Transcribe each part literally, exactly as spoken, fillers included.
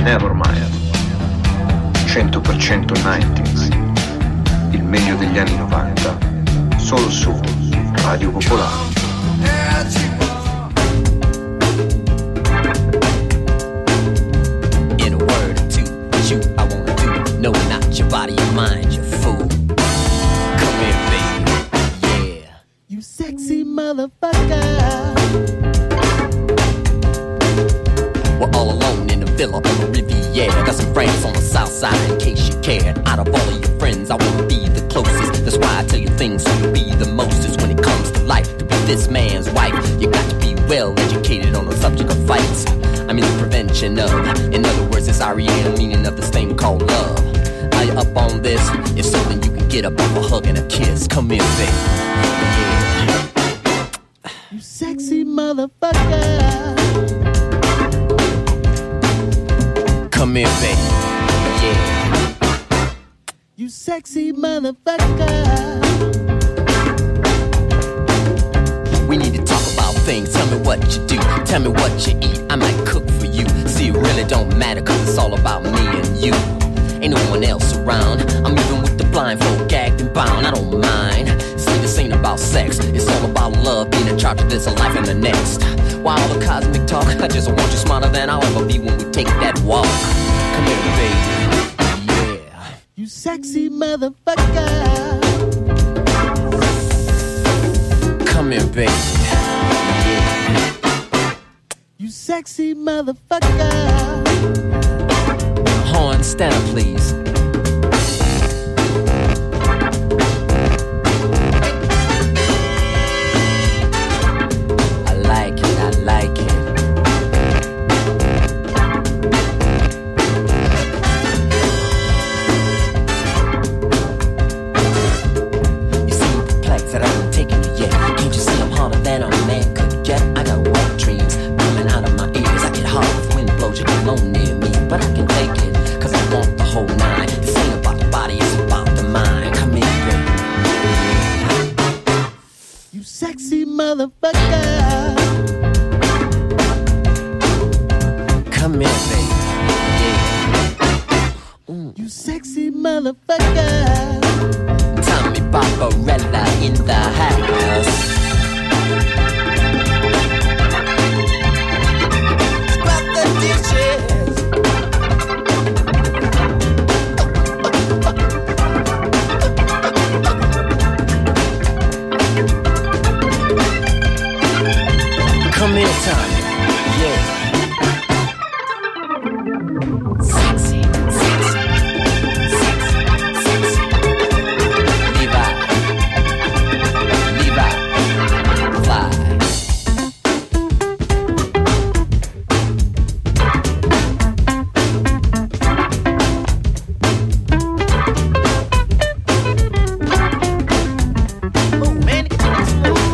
Nevermind, cento per cento nineties, il meglio degli anni novanta, solo su Radio Popolare. In a word or two, what you I wanna do, no not your body, your mind, your fool. Come here, baby, yeah. You sexy motherfucker. We're all alone in a villa on the Riviera. Got some friends on the south side in case you cared. Out of all of your friends, I wanna be the closest. That's why I tell you things so you'll be the mostest. When it comes to life, to be this man's wife, you got to be well educated on the subject of fights. I mean the prevention of, in other words, it's R E M meaning of this thing called love. Are you up on this? If so, then you can get up off a hug and a kiss. Come here, baby. Yeah. You sexy motherfucker. Come here, baby. Yeah. You sexy motherfucker. We need to talk about things. Tell me what you do. Tell me what you eat. I might cook for you. See, it really don't matter, cause it's all about me and you. Ain't no one else around. I'm even with the blindfold, gagged and bound. I don't mind. See, this ain't about sex. It's all about love, being in charge of this life and the next. Why all the cosmic talk? I just want you smarter than I'll ever be when we take that walk. Come here, baby. Yeah. You sexy motherfucker. Come here, baby. Yeah. You sexy motherfucker. Horn, stand up, please. I like it, I like it. You seem perplexed that I haven't taken you yet. Can't you see I'm harder than a man could get? I got wet dreams coming out of my ears. I get hard if wind blows you alone near me, but I can take it. Cause I want the whole nine. This ain't about the body, it's about the mind. Come here, baby. You sexy motherfucker. Come here, baby. Yeah. Mm. You sexy motherfucker. Tommy Barbarella in the house. Scrub the dishes. Come here, Tommy. Yeah. Sexy, sexy, sexy, sexy. Levi, Levi, fly. Oh man, get to this move.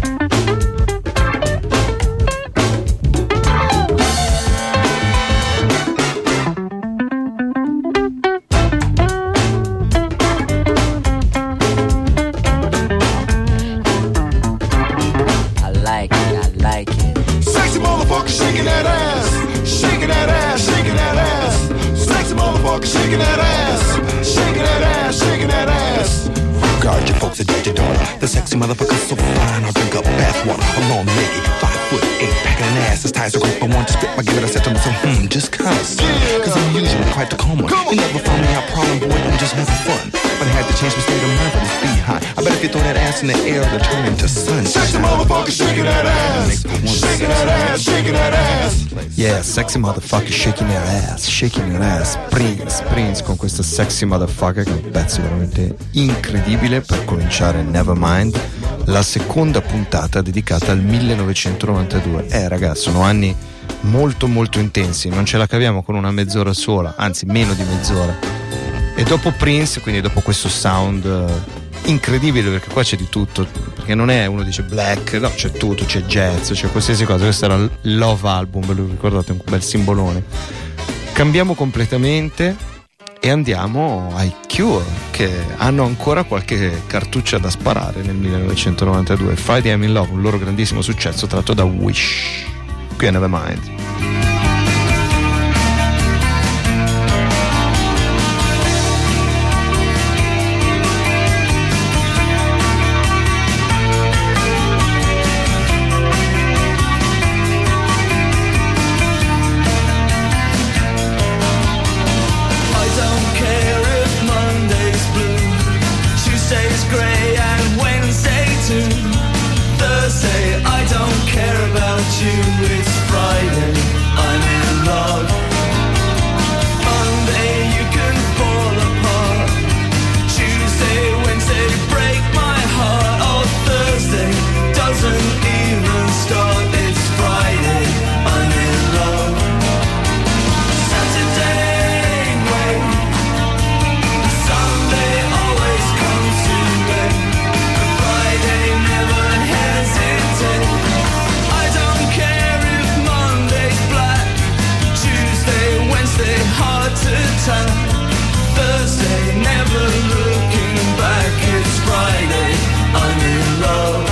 I like it, I like it. Sexy motherfucker shaking that ass, shaking that ass, shaking that ass. Sexy motherfucker shaking that ass, shaking that ass, shaking that ass. Guard your folks, adjust your daughter. The sexy motherfucker's so fine, I'll drink up bathwater. I'm long legged, five foot eight, packing an ass as tight as a rope. I want to spit, I give it, I said to myself, hmm, just kinda son. Cause I'm usually quite the calm one. You never found me out problem, boy, I'm just having fun. But I had to change my state of mind for this behind. I bet if you throw that ass in the air, it'll turn into sun. Sexy motherfucker shaking that ass, shaking that ass, shaking that ass. Yeah, sexy motherfucker shaking their ass, shaking their ass. Prince, Prince con questo sexy motherfucker, che è un pezzo veramente incredibile per cominciare Nevermind, la seconda puntata dedicata al millenovecentonovantadue. Eh ragazzi, sono anni molto molto intensi, non ce la caviamo con una mezz'ora sola, anzi meno di mezz'ora. E dopo Prince, quindi dopo questo sound uh, incredibile, perché qua c'è di tutto, perché non è, uno dice black, no, c'è tutto, c'è jazz, c'è qualsiasi cosa. Questo era il Love Album, ve lo ricordate, un bel simbolone. Cambiamo completamente e andiamo ai Cure, che hanno ancora qualche cartuccia da sparare nel millenovecentonovantadue. Friday I'm in Love, un loro grandissimo successo tratto da Wish, qui a Nevermind. start to turn. Thursday, never looking back. It's Friday, I'm in love.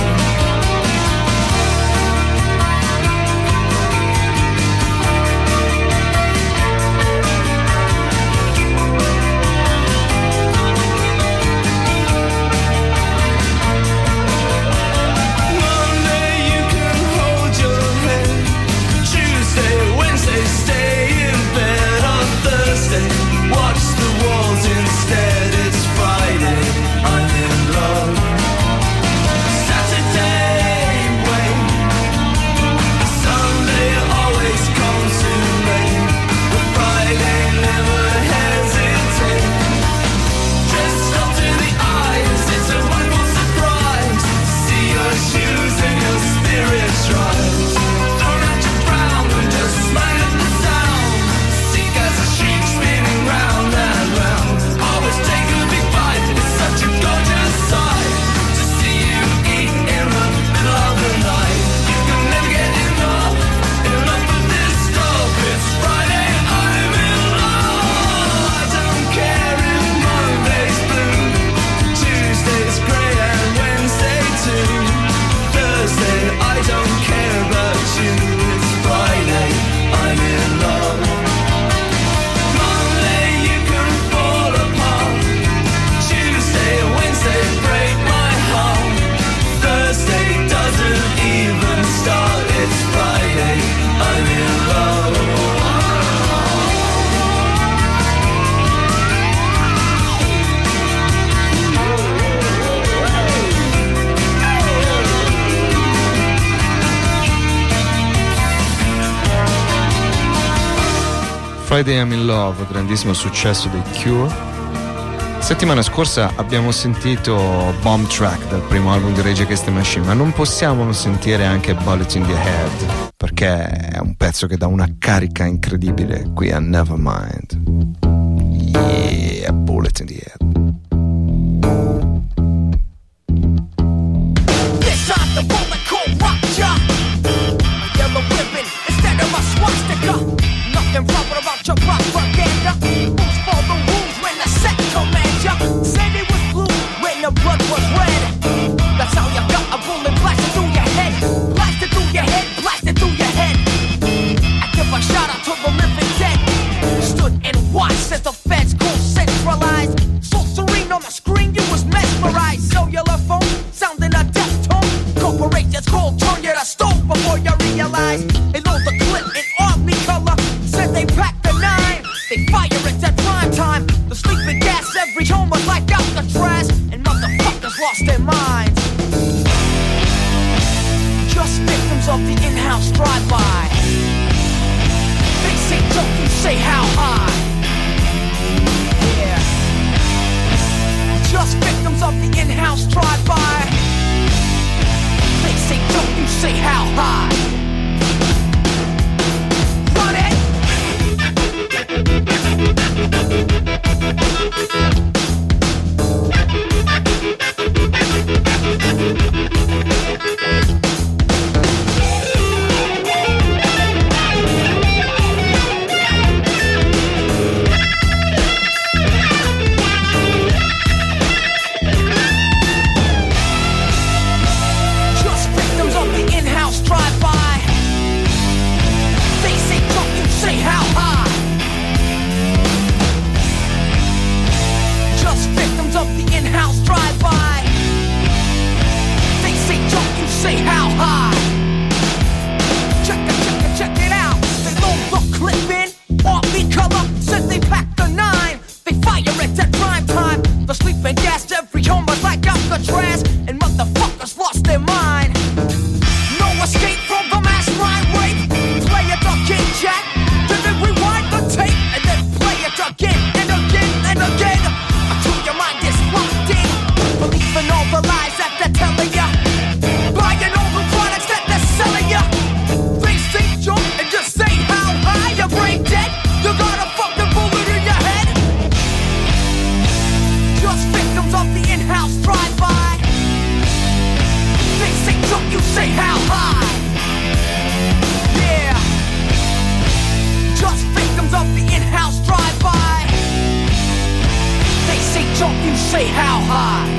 Friday I'm in Love, grandissimo successo dei Cure. Settimana scorsa abbiamo sentito Bomb Track dal primo album di Rage Against the Machine, ma non possiamo non sentire anche Bullet in the Head, perché è un pezzo che dà una carica incredibile qui a Nevermind. Yeah, Bullet in the Head. Nothing proper about your propaganda. Moves for the wounds when the set commands ya. Said it was blue when the blood was red. That's how you got a bullet blasted through your head. Blasted through your head, blasted through your head. I give a shout out to the living dead. Stood and watched as the feds go centralized. So serene on the screen, you was mesmerized. Cellular phone, sounding a death tone. Corporations cold, turn you to stone before you realize. They load the clip in army color. Said they packed the nine, they fire it at prime time. The sleeping gas, every home was like Alcatraz, and motherfuckers lost their minds. Just victims of the in-house drive-by. They say, don't you say how high. Yeah. Just victims of the in-house drive-by. They say, don't you say how high. Run it! Just victims of the in-house drive-by. say how high.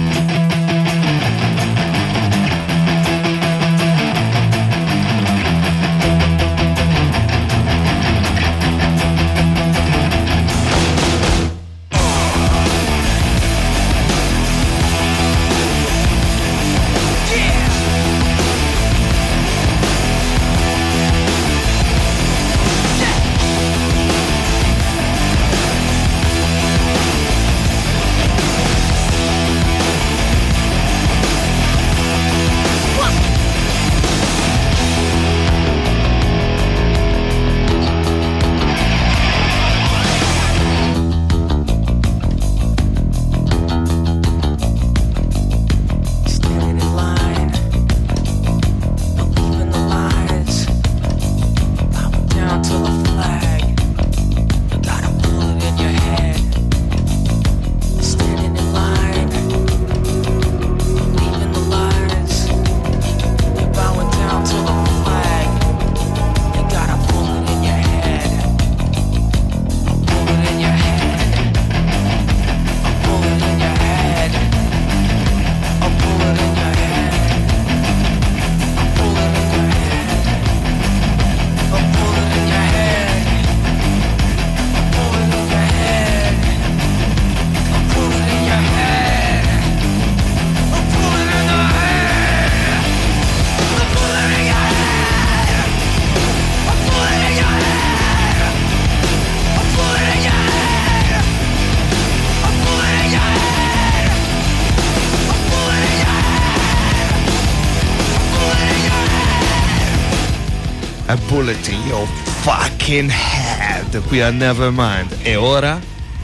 A bullet in your fucking head qui a Nevermind. E ora?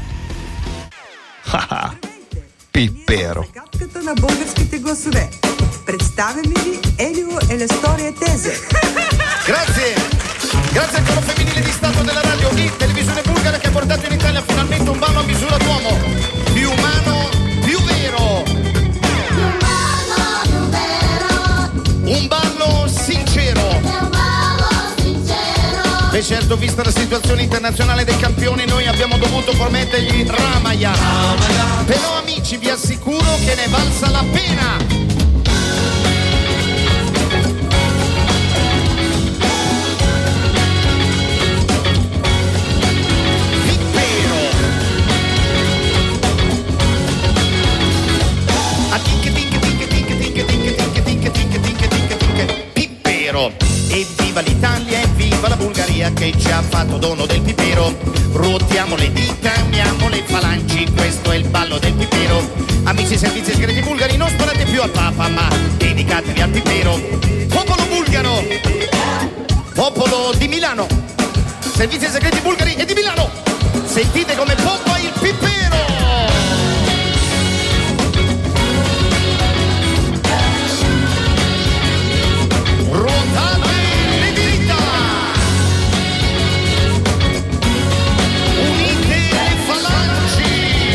Haha, Pippero. Загадката на българските гласове. Представяме ви Елио e le storie tese. Grazie, grazie al coro femminile di Stato della radio e televisione bulgara che ha portato in Italia finalmente un ballo a misura d'uomo, più umano, più vero. Più umano, più vero. Un ballo sincero. Un ballo sincero. E certo, vista la situazione internazionale dei campioni, noi abbiamo dovuto promettergli Ramaya. Però amici, vi assicuro che ne valsa la pena. E viva l'Italia e viva la Bulgaria che ci ha fatto dono del pipero. Ruotiamo le dita, uniamo le falangi, questo è il ballo del pipero. Amici servizi segreti bulgari, non sparate più al Papa, ma dedicatevi al pipero. Popolo bulgaro, popolo di Milano, servizi segreti bulgari e di Milano, sentite come pompa il pipero. Ruotate le dita, unite le falangi.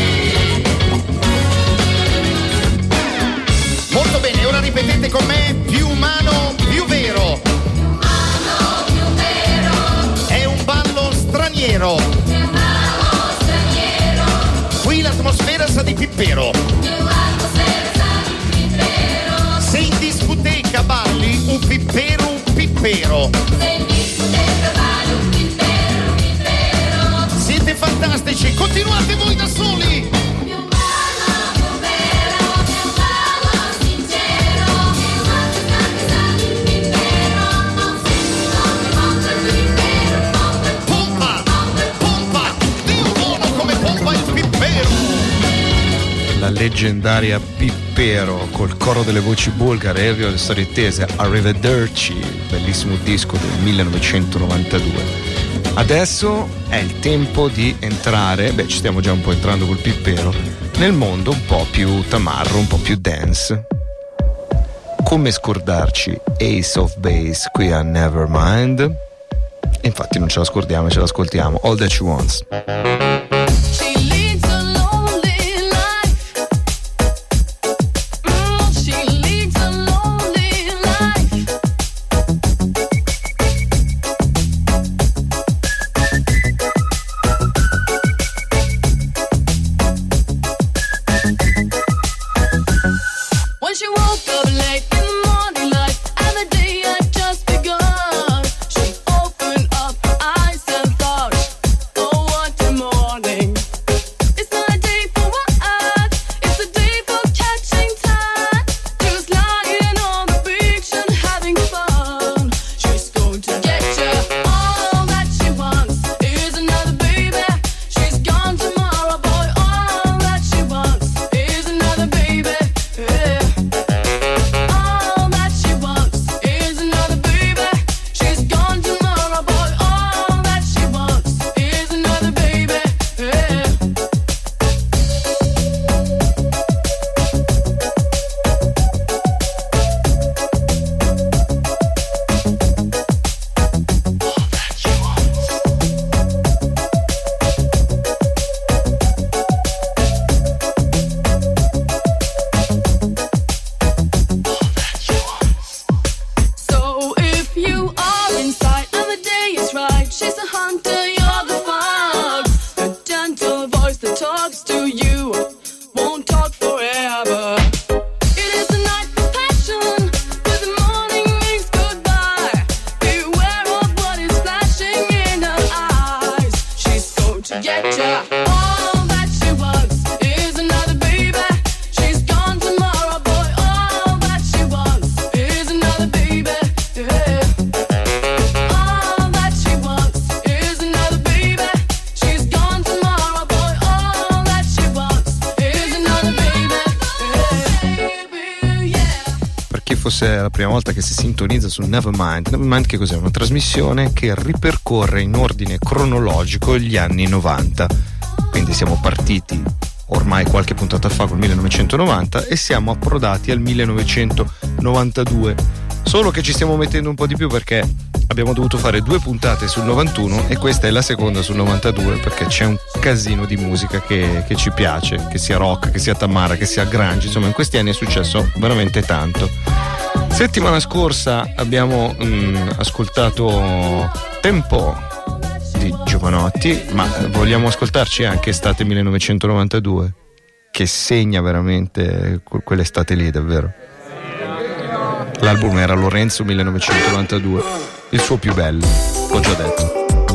Molto bene, ora ripetete con me: più umano, più vero. Umano, più vero. È un ballo straniero. È un ballo straniero. Qui l'atmosfera sa di pippero. Più atmosfera sa di pippero. Se in discoteca balli un pippero, un pippero. Se in discoteca balli un pippero, un pippero. Siete fantastici, continuate voi da soli. Più umano, più vero. È un ballo sincero. Più atmosfera sa di pippero. Non senti come pompa il pippero. Pompa, pompa, Dio buono come pompa il pippero. La leggendaria Pippero col coro delle voci bulgare, Elio e le storie tese, Arrivederci, bellissimo disco del millenovecentonovantadue. Adesso è il tempo di entrare, beh ci stiamo già un po' entrando col Pippero, nel mondo un po' più tamarro, un po' più dance. Come scordarci Ace of Base qui a Nevermind? E infatti non ce la scordiamo, ce l'ascoltiamo. All That She Wants. She leads a lonely life. Mm, she leads a lonely life. to get ya. All that she wants is another baby. She's gone tomorrow, boy. All that she wants is another baby. Yeah. All that she wants is another baby. She's gone tomorrow, boy. All that she wants is another baby. Yeah. Baby, yeah. Per chi fosse la prima volta che si sintonizza su Nevermind, Nevermind che cos'è? Una trasmissione che ripercorre in ordine cronologico gli anni novanta. Quindi siamo partiti ormai qualche puntata fa col millenovecentonovanta e siamo approdati al millenovecentonovantadue. Solo che ci stiamo mettendo un po' di più perché abbiamo dovuto fare due puntate sul novantuno e questa è la seconda sul novantadue, perché c'è un casino di musica che, che ci piace, che sia rock, che sia Tamara, che sia grunge. Insomma, in questi anni è successo veramente tanto. Settimana scorsa abbiamo mh, ascoltato Tempo di Giovanotti, ma vogliamo ascoltarci anche Estate millenovecentonovantadue, che segna veramente quell'estate lì, davvero. L'album era Lorenzo millenovecentonovantadue, il suo più bello, l'ho già detto.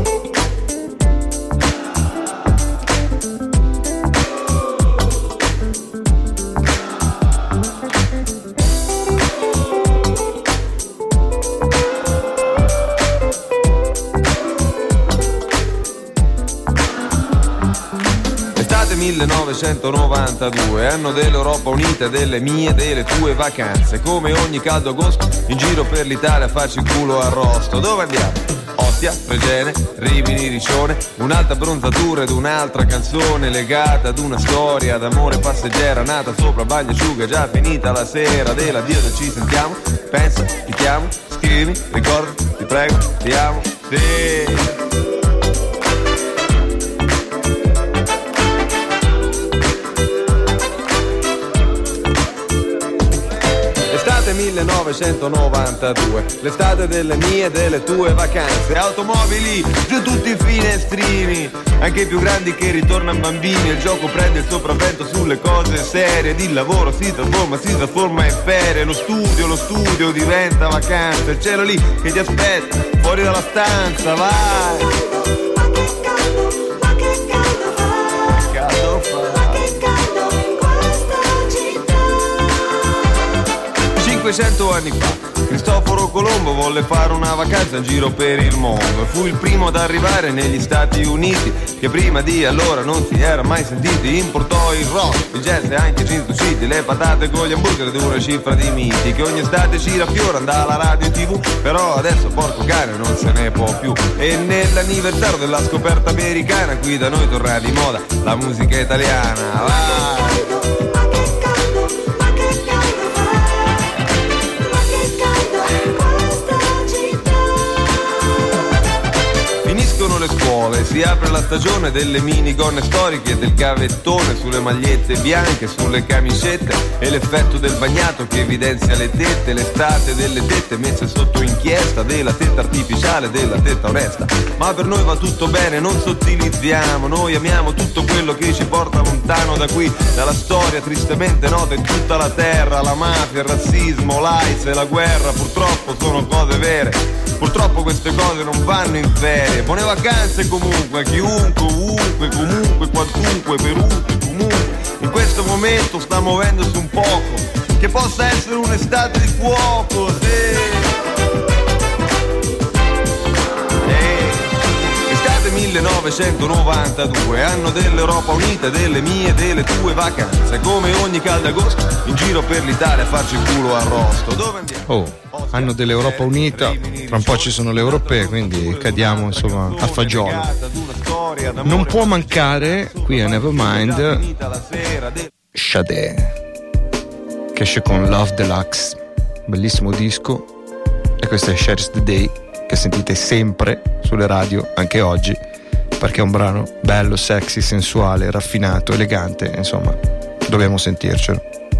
millenovecentonovantadue, anno dell'Europa unita, delle mie, delle tue vacanze. Come ogni caldo agosto, in giro per l'Italia a farci il culo arrosto. Dove andiamo? Ostia, Fregene, Rimini, Riccione. Un'altra bronzatura ed un'altra canzone legata ad una storia d'amore passeggera nata sopra bagnasciuga, già finita la sera dell'addio del ci sentiamo. Pensa, ti chiamo, scrivi, ricorda, ti prego, ti amo, sì. millenovecentonovantadue, l'estate delle mie e delle tue vacanze. Automobili, giù tutti i finestrini, anche i più grandi che ritornano bambini. Il gioco prende il sopravvento sulle cose serie. Il lavoro si trasforma, si trasforma in ferie. Lo studio, lo studio diventa vacanza. Il cielo lì che ti aspetta fuori dalla stanza, vai. Ma che caldo, ma che caldo fa. Caldo fa. cinquecento anni fa Cristoforo Colombo volle fare una vacanza in giro per il mondo e fu il primo ad arrivare negli Stati Uniti, che prima di allora non si era mai sentiti. Importò il rock, il jazz e anche Cinto City, le patate con gli hamburger ed una cifra di miti che ogni estate ci raffiora dalla radio e tv. Però adesso porco cane non se ne può più, e nell'anniversario della scoperta americana qui da noi torna di moda la musica italiana. Vai! Le scuole, si apre la stagione delle minigonne storiche e del gavettone sulle magliette bianche, sulle camicette, e l'effetto del bagnato che evidenzia le tette, l'estate delle tette messe sotto inchiesta, della tetta artificiale, della tetta onesta. Ma per noi va tutto bene, non sottilizziamo, noi amiamo tutto quello che ci porta lontano da qui, dalla storia tristemente nota in tutta la terra. La mafia, il razzismo, l'AIDS e la guerra purtroppo sono cose vere. Purtroppo queste cose non vanno in ferie. Buone vacanze comunque a chiunque, ovunque, comunque, quantunque, perunque, comunque. In questo momento sta muovendosi un poco, che possa essere un'estate di fuoco, sì. millenovecentonovantadue, anno dell'Europa unita, delle mie e delle tue vacanze. Come ogni caldo agosto, in giro per l'Italia a farci il culo arrosto. Dove andiamo? Oh, anno dell'Europa unita, tra un po' ci sono le europee, quindi cadiamo insomma a fagiolo. Non può mancare qui a Nevermind Sade, che esce con Love Deluxe, bellissimo disco, e questo è Shares the Day, che sentite sempre sulle radio anche oggi, perché è un brano bello, sexy, sensuale, raffinato, elegante, insomma dobbiamo sentircelo.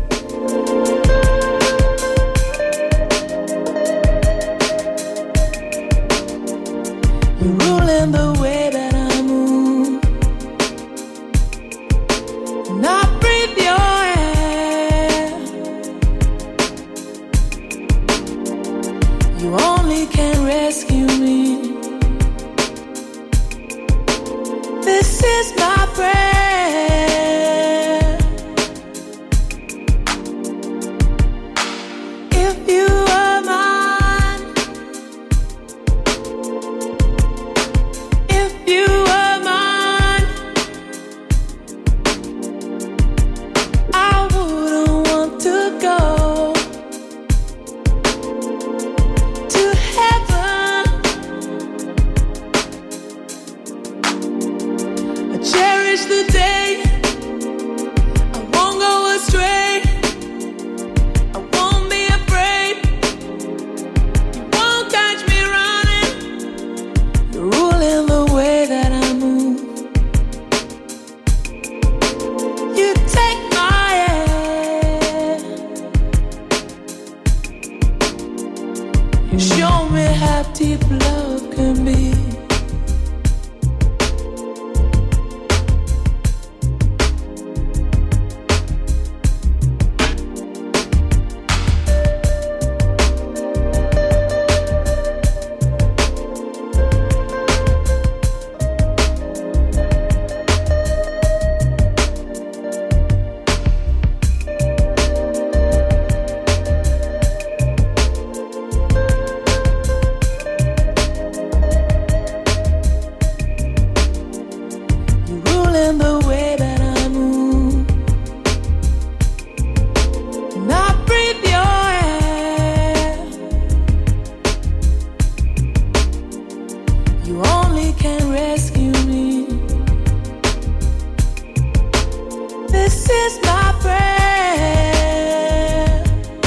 You're ruling the way that I move, and I breathe your air. You only can rescue me. This is my prayer. If you are mine, if you are mine, I wouldn't want to go to heaven. I cherish the day I won't go astray. I won't be afraid. You won't catch me running. You're ruling the way that I move. You take my hand. You show me how deep love can be. You're ruling the way that I move. And I breathe your air. You only can rescue me. This is my prayer.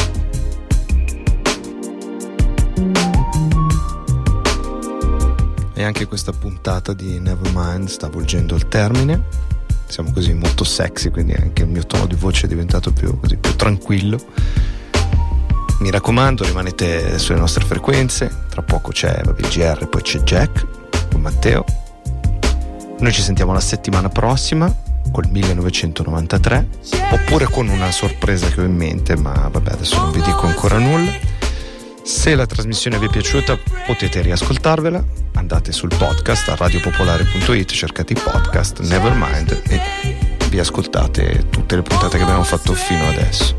E anche questa puntata di Nevermind sta volgendo il termine. Siamo così molto sexy, quindi anche il mio tono di voce è diventato più, così, più tranquillo. Mi raccomando, rimanete sulle nostre frequenze. Tra poco c'è vabbè, il G R, poi c'è Jack con Matteo. Noi ci sentiamo la settimana prossima col millenovecentonovantatré, oppure con una sorpresa che ho in mente, ma vabbè, adesso non vi dico ancora nulla. Se la trasmissione vi è piaciuta potete riascoltarvela, andate sul podcast a radiopopolare punto it, cercate i podcast Nevermind e vi ascoltate tutte le puntate che abbiamo fatto fino adesso.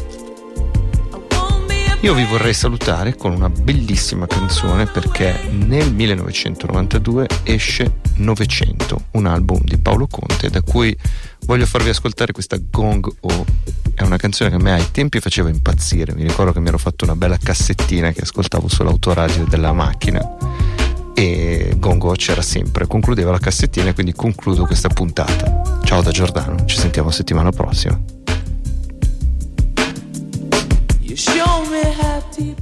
Io vi vorrei salutare con una bellissima canzone, perché nel millenovecentonovantadue esce Novecento, un album di Paolo Conte, da cui voglio farvi ascoltare questa Gong O. È una canzone che a me ai tempi faceva impazzire. Mi ricordo che mi ero fatto una bella cassettina che ascoltavo sull'autoradio della macchina, e Gong O c'era sempre, concludeva la cassettina, e quindi concludo questa puntata. Ciao da Giordano, ci sentiamo settimana prossima. You show me how deep.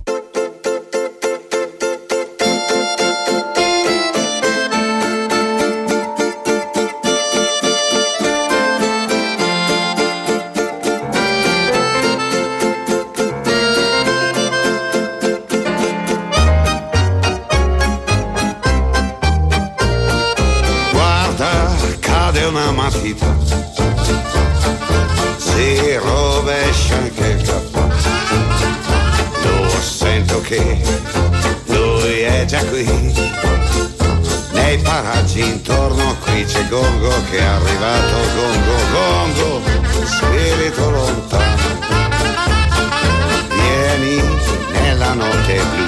Guarda, cade una matita, si rovescia anche il capo. Lo sento che lui è già qui. Nei paraggi intorno qui c'è Gongo che è arrivato. Gongo, Gongo, spirito lontano, vieni nella notte blu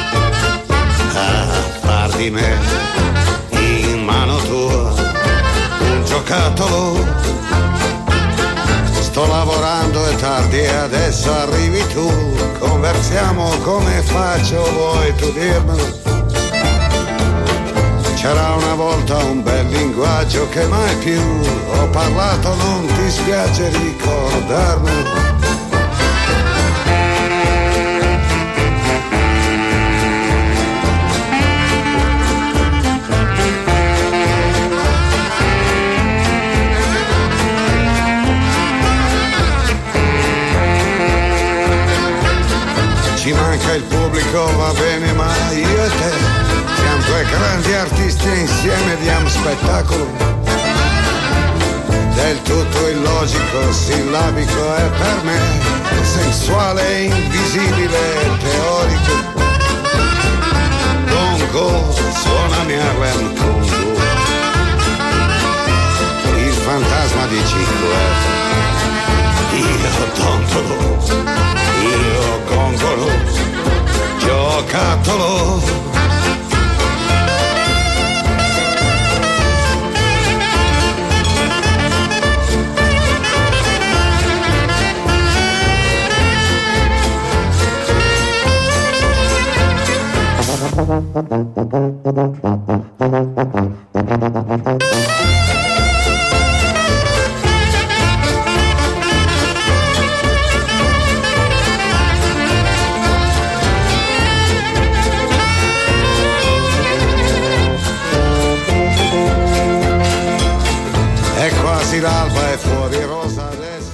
a far di me in mano tua un giocattolo. Sto lavorando, è tardi e adesso arrivi tu. Conversiamo, come faccio, vuoi tu dirmelo? C'era una volta un bel linguaggio che mai più ho parlato, non ti spiace ricordarmelo? Ci manca il pubblico, va bene, ma io e te siamo due grandi artisti e insieme diamo spettacolo. Del tutto illogico, sillabico è per me, sensuale, invisibile, teorico. Gongo, suonami Harlem Congo. fantasma di Cinque. Io dondolo, io gongolo, giocattolo. È quasi l'alba, è fuori rosa adesso.